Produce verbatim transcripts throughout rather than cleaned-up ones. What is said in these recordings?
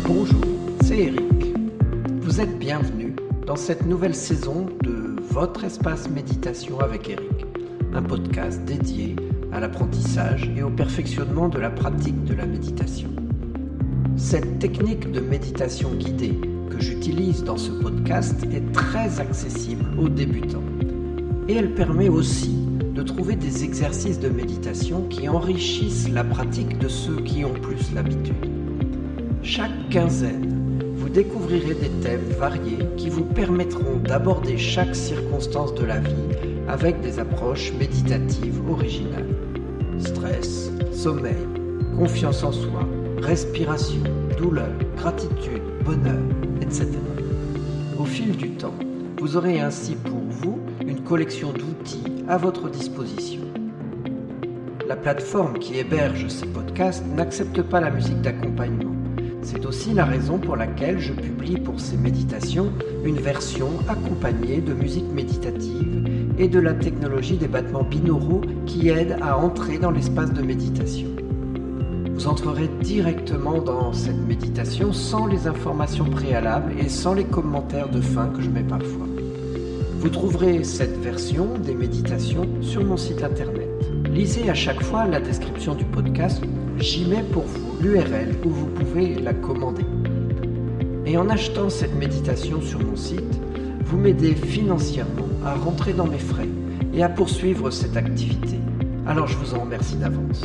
Bonjour, c'est Eric. Vous êtes bienvenus dans cette nouvelle saison de Votre Espace Méditation avec Eric, un podcast dédié à l'apprentissage et au perfectionnement de la pratique de la méditation. Cette technique de méditation guidée que j'utilise dans ce podcast est très accessible aux débutants et elle permet aussi de trouver des exercices de méditation qui enrichissent la pratique de ceux qui ont plus l'habitude. Chaque quinzaine, vous découvrirez des thèmes variés qui vous permettront d'aborder chaque circonstance de la vie avec des approches méditatives originales. Stress, sommeil, confiance en soi, respiration, douleur, gratitude, bonheur, et cetera. Au fil du temps, vous aurez ainsi pour vous une collection d'outils à votre disposition. La plateforme qui héberge ces podcasts n'accepte pas la musique d'accompagnement. C'est aussi la raison pour laquelle je publie pour ces méditations une version accompagnée de musique méditative et de la technologie des battements binauraux qui aident à entrer dans l'espace de méditation. Vous entrerez directement dans cette méditation sans les informations préalables et sans les commentaires de fin que je mets parfois. Vous trouverez cette version des méditations sur mon site internet. Lisez à chaque fois la description du podcast, j'y mets pour vous l'U R L où vous pouvez la commander. Et en achetant cette méditation sur mon site, vous m'aidez financièrement à rentrer dans mes frais et à poursuivre cette activité. Alors je vous en remercie d'avance.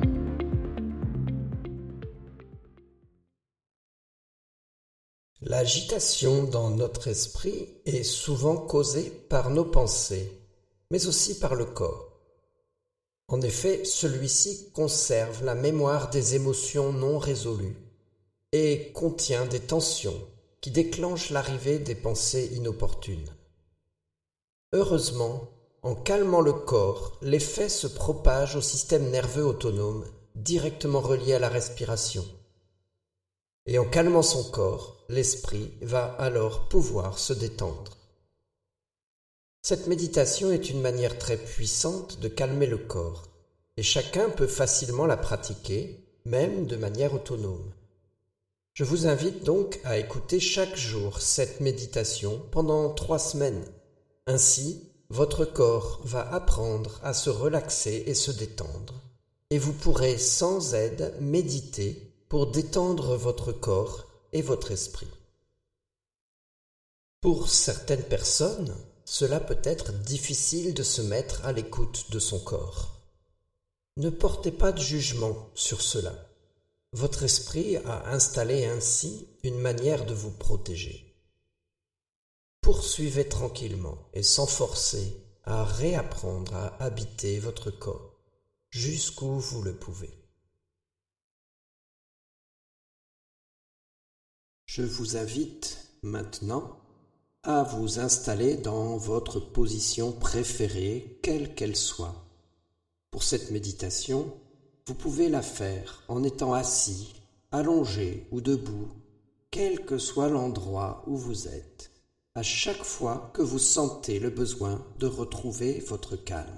L'agitation dans notre esprit est souvent causée par nos pensées, mais aussi par le corps. En effet, celui-ci conserve la mémoire des émotions non résolues et contient des tensions qui déclenchent l'arrivée des pensées inopportunes. Heureusement, en calmant le corps, l'effet se propage au système nerveux autonome directement relié à la respiration. Et en calmant son corps, l'esprit va alors pouvoir se détendre. Cette méditation est une manière très puissante de calmer le corps, et chacun peut facilement la pratiquer, même de manière autonome. Je vous invite donc à écouter chaque jour cette méditation pendant trois semaines. Ainsi, votre corps va apprendre à se relaxer et se détendre, et vous pourrez sans aide méditer pour détendre votre corps et votre esprit. Pour certaines personnes, cela peut être difficile de se mettre à l'écoute de son corps. Ne portez pas de jugement sur cela. Votre esprit a installé ainsi une manière de vous protéger. Poursuivez tranquillement et sans forcer à réapprendre à habiter votre corps jusqu'où vous le pouvez. Je vous invite maintenant à vous installer dans votre position préférée, quelle qu'elle soit. Pour cette méditation, vous pouvez la faire en étant assis, allongé ou debout, quel que soit l'endroit où vous êtes, à chaque fois que vous sentez le besoin de retrouver votre calme.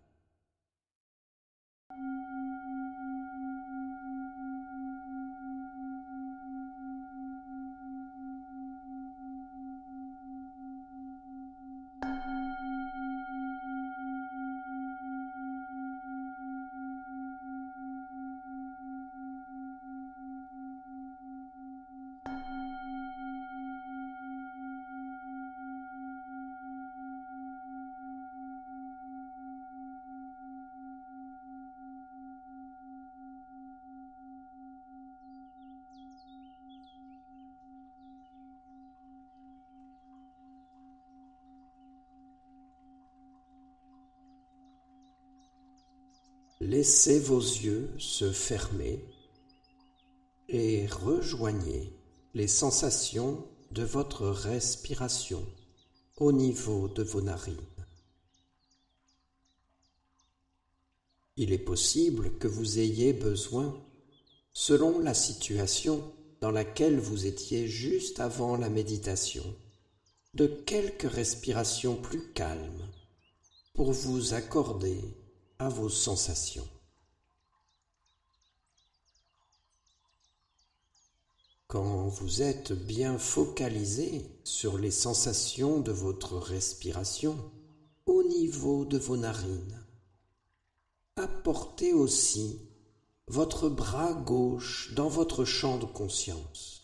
Laissez vos yeux se fermer et rejoignez les sensations de votre respiration au niveau de vos narines. Il est possible que vous ayez besoin, selon la situation dans laquelle vous étiez juste avant la méditation, de quelques respirations plus calmes pour vous accorder à vos sensations. Quand vous êtes bien focalisé sur les sensations de votre respiration au niveau de vos narines, apportez aussi votre bras gauche dans votre champ de conscience.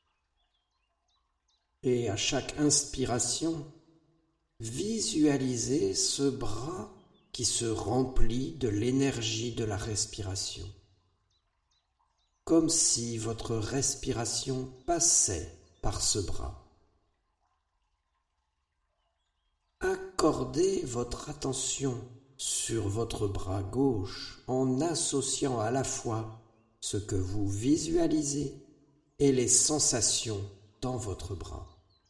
Et à chaque inspiration, visualisez ce bras qui se remplit de l'énergie de la respiration, comme si votre respiration passait par ce bras. Accordez votre attention sur votre bras gauche en associant à la fois ce que vous visualisez et les sensations dans votre bras.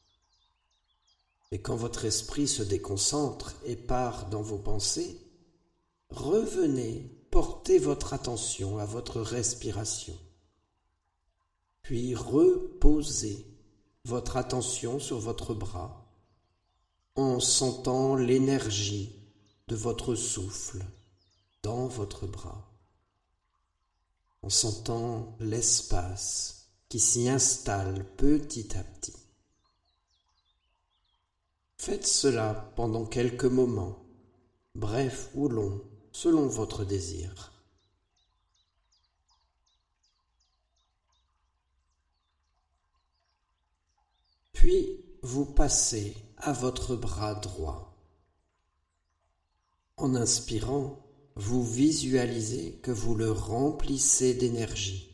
Et quand votre esprit se déconcentre et part dans vos pensées, revenez porter votre attention à votre respiration. Puis reposez votre attention sur votre bras en sentant l'énergie de votre souffle dans votre bras, en sentant l'espace qui s'y installe petit à petit. Faites cela pendant quelques moments, brefs ou longs, selon votre désir. Puis vous passez à votre bras droit. En inspirant, vous visualisez que vous le remplissez d'énergie.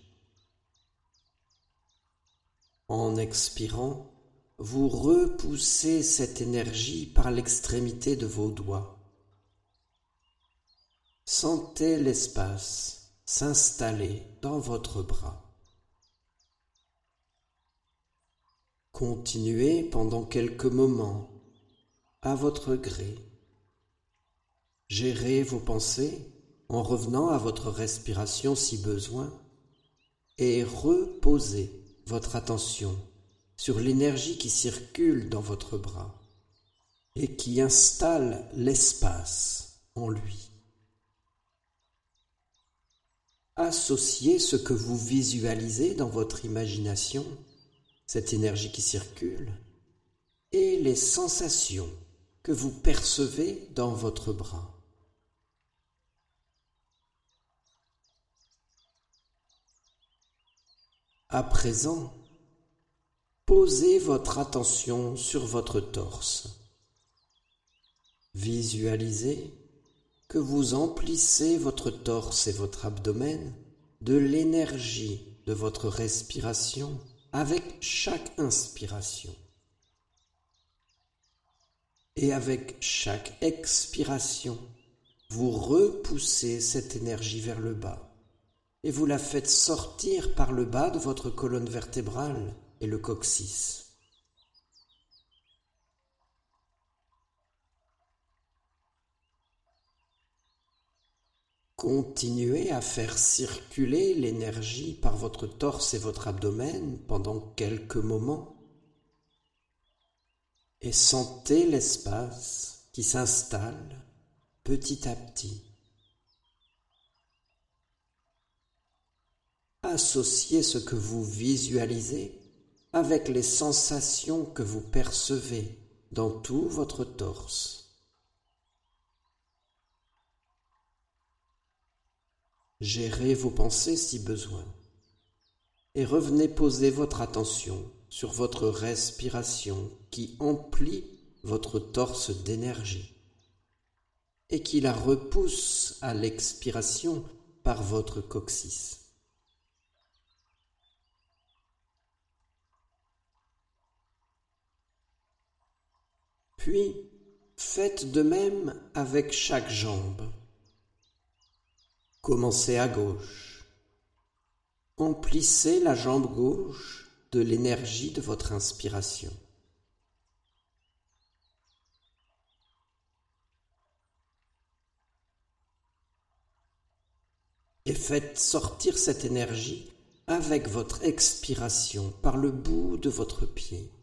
En expirant, vous repoussez cette énergie par l'extrémité de vos doigts. Sentez l'espace s'installer dans votre bras. Continuez pendant quelques moments, à votre gré. Gérez vos pensées en revenant à votre respiration si besoin et reposez votre attention sur l'énergie qui circule dans votre bras et qui installe l'espace en lui. Associez ce que vous visualisez dans votre imagination, cette énergie qui circule, et les sensations que vous percevez dans votre bras. À présent, posez votre attention sur votre torse. Visualisez que vous emplissez votre torse et votre abdomen de l'énergie de votre respiration avec chaque inspiration. Et avec chaque expiration, vous repoussez cette énergie vers le bas et vous la faites sortir par le bas de votre colonne vertébrale et le coccyx. Continuez à faire circuler l'énergie par votre torse et votre abdomen pendant quelques moments et sentez l'espace qui s'installe petit à petit. Associez ce que vous visualisez avec les sensations que vous percevez dans tout votre torse. Gérez vos pensées si besoin et revenez poser votre attention sur votre respiration qui emplit votre torse d'énergie et qui la repousse à l'expiration par votre coccyx. Puis, faites de même avec chaque jambe. Commencez à gauche. Emplissez la jambe gauche de l'énergie de votre inspiration. Et faites sortir cette énergie avec votre expiration par le bout de votre pied.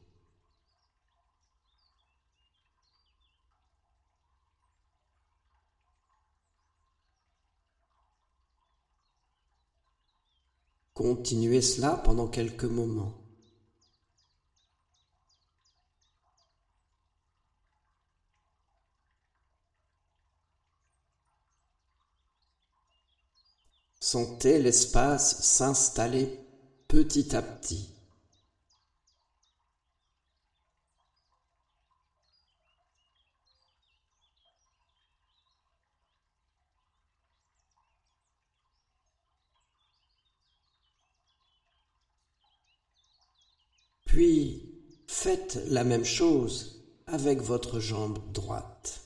Continuez cela pendant quelques moments. Sentez l'espace s'installer petit à petit. Puis, faites la même chose avec votre jambe droite.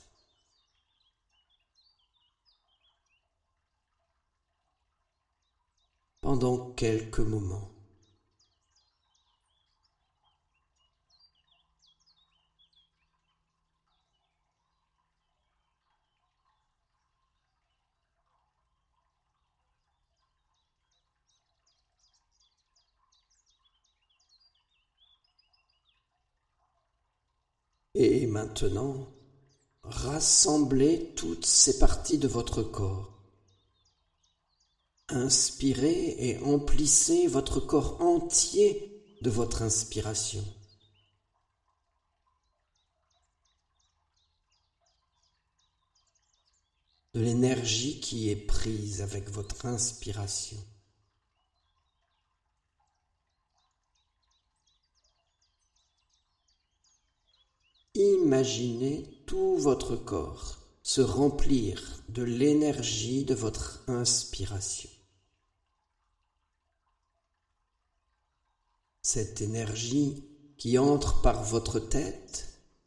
Pendant quelques moments. Et maintenant, rassemblez toutes ces parties de votre corps. Inspirez et emplissez votre corps entier de votre inspiration. De l'énergie qui est prise avec votre inspiration. Imaginez tout votre corps se remplir de l'énergie de votre inspiration. Cette énergie qui entre par votre tête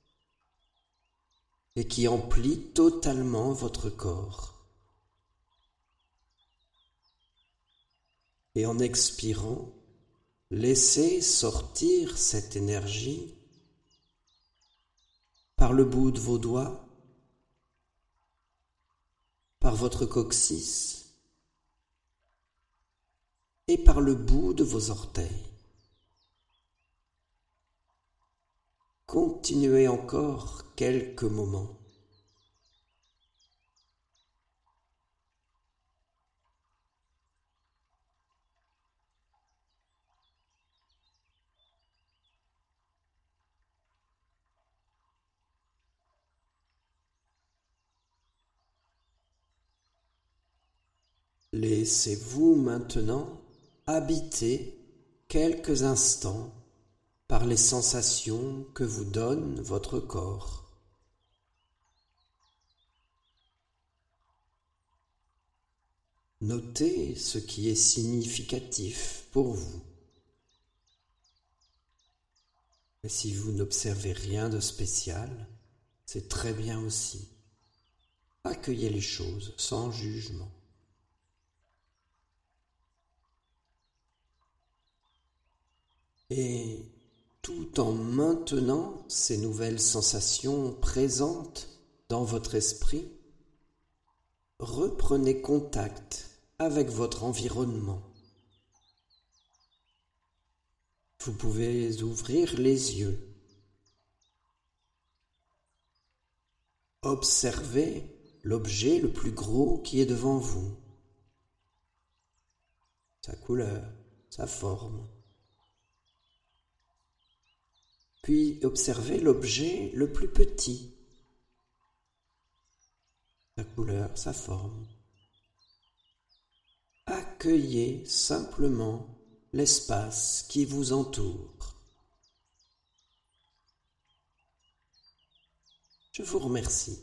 et qui emplit totalement votre corps. Et en expirant, laissez sortir cette énergie par le bout de vos doigts, par votre coccyx et par le bout de vos orteils. Continuez encore quelques moments. Laissez-vous maintenant habiter quelques instants par les sensations que vous donne votre corps. Notez ce qui est significatif pour vous. Et si vous n'observez rien de spécial, c'est très bien aussi. Accueillez les choses sans jugement. Et tout en maintenant ces nouvelles sensations présentes dans votre esprit, reprenez contact avec votre environnement. Vous pouvez ouvrir les yeux. Observez l'objet le plus gros qui est devant vous. Sa couleur, sa forme. Puis observez l'objet le plus petit. Sa couleur, sa forme. Accueillez simplement l'espace qui vous entoure. Je vous remercie.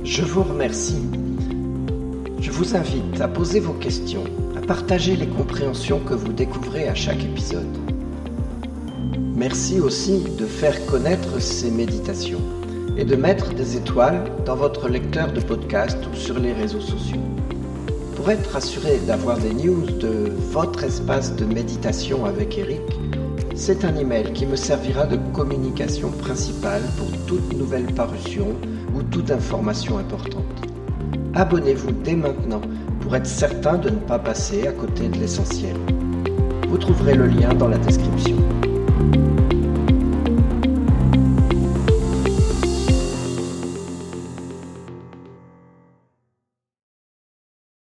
Je vous remercie. Je vous invite à poser vos questions, à partager les compréhensions que vous découvrez à chaque épisode. Merci aussi de faire connaître ces méditations et de mettre des étoiles dans votre lecteur de podcast ou sur les réseaux sociaux. Pour être assuré d'avoir des news de votre espace de méditation avec Eric, c'est un email qui me servira de communication principale pour toute nouvelle parution ou toute information importante. Abonnez-vous dès maintenant pour être certain de ne pas passer à côté de l'essentiel. Vous trouverez le lien dans la description.